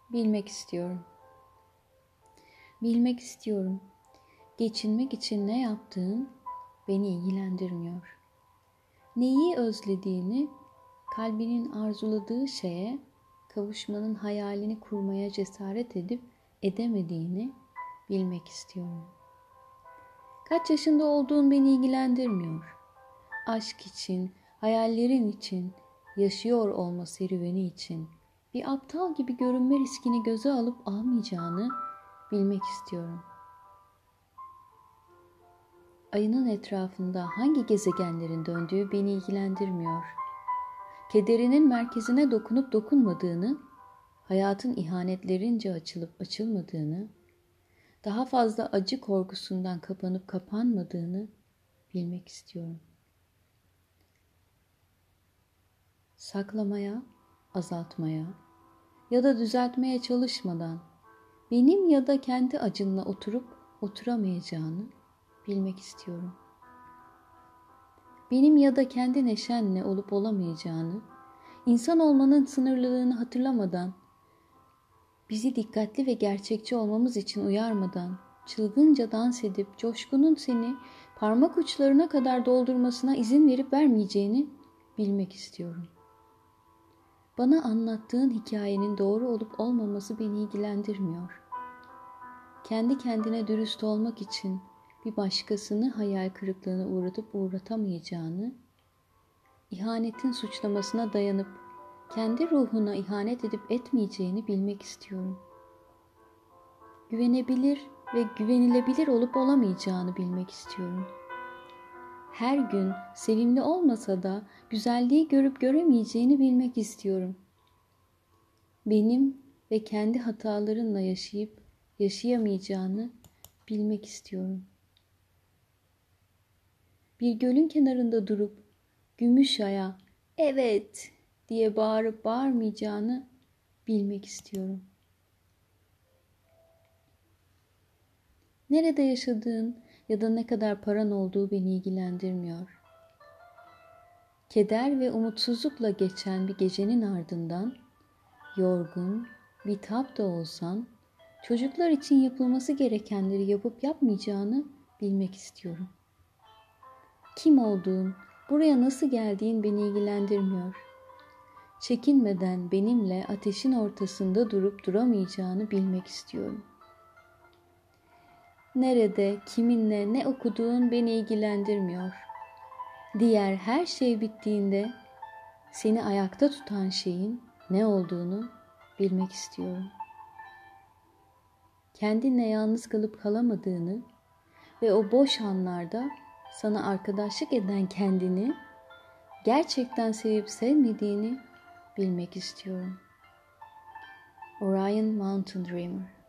Bilmek istiyorum. Bilmek istiyorum. Geçinmek için ne yaptığın beni ilgilendirmiyor. Neyi özlediğini, kalbinin arzuladığı şeye kavuşmanın hayalini kurmaya cesaret edip edemediğini bilmek istiyorum. Kaç yaşında olduğun beni ilgilendirmiyor. Aşk için, hayallerin için, yaşıyor olma serüveni için bir aptal gibi görünme riskini göze alıp almayacağını bilmek istiyorum. Ayının etrafında hangi gezegenlerin döndüğü beni ilgilendirmiyor. Kederinin merkezine dokunup dokunmadığını, hayatın ihanetlerince açılıp açılmadığını, daha fazla acı korkusundan kapanıp kapanmadığını bilmek istiyorum. Saklamaya, azaltmaya ya da düzeltmeye çalışmadan benim ya da kendi acınla oturup oturamayacağını bilmek istiyorum. Benim ya da kendi neşenle olup olamayacağını, insan olmanın sınırlılığını hatırlamadan, bizi dikkatli ve gerçekçi olmamız için uyarmadan, çılgınca dans edip coşkunun seni parmak uçlarına kadar doldurmasına izin verip vermeyeceğini bilmek istiyorum. Bana anlattığın hikayenin doğru olup olmaması beni ilgilendirmiyor. Kendi kendine dürüst olmak için bir başkasını hayal kırıklığına uğratıp uğratamayacağını, ihanetin suçlamasına dayanıp kendi ruhuna ihanet edip etmeyeceğini bilmek istiyorum. Güvenebilir ve güvenilebilir olup olamayacağını bilmek istiyorum. Her gün sevimli olmasa da güzelliği görüp göremeyeceğini bilmek istiyorum. Benim ve kendi hatalarınla yaşayıp yaşayamayacağını bilmek istiyorum. Bir gölün kenarında durup Gümüşay'a evet diye bağırıp bağırmayacağını bilmek istiyorum. Nerede yaşadığın ya da ne kadar paran olduğu beni ilgilendirmiyor. Keder ve umutsuzlukla geçen bir gecenin ardından yorgun, bitap da olsan çocuklar için yapılması gerekenleri yapıp yapmayacağını bilmek istiyorum. Kim olduğun, buraya nasıl geldiğin beni ilgilendirmiyor. Çekinmeden benimle ateşin ortasında durup duramayacağını bilmek istiyorum. Nerede, kiminle, ne okuduğun beni ilgilendirmiyor. Diğer her şey bittiğinde seni ayakta tutan şeyin ne olduğunu bilmek istiyorum. Kendinle yalnız kalıp kalamadığını ve o boş anlarda sana arkadaşlık eden kendini gerçekten sevip sevmediğini bilmek istiyorum. Orion Mountain Dreamer.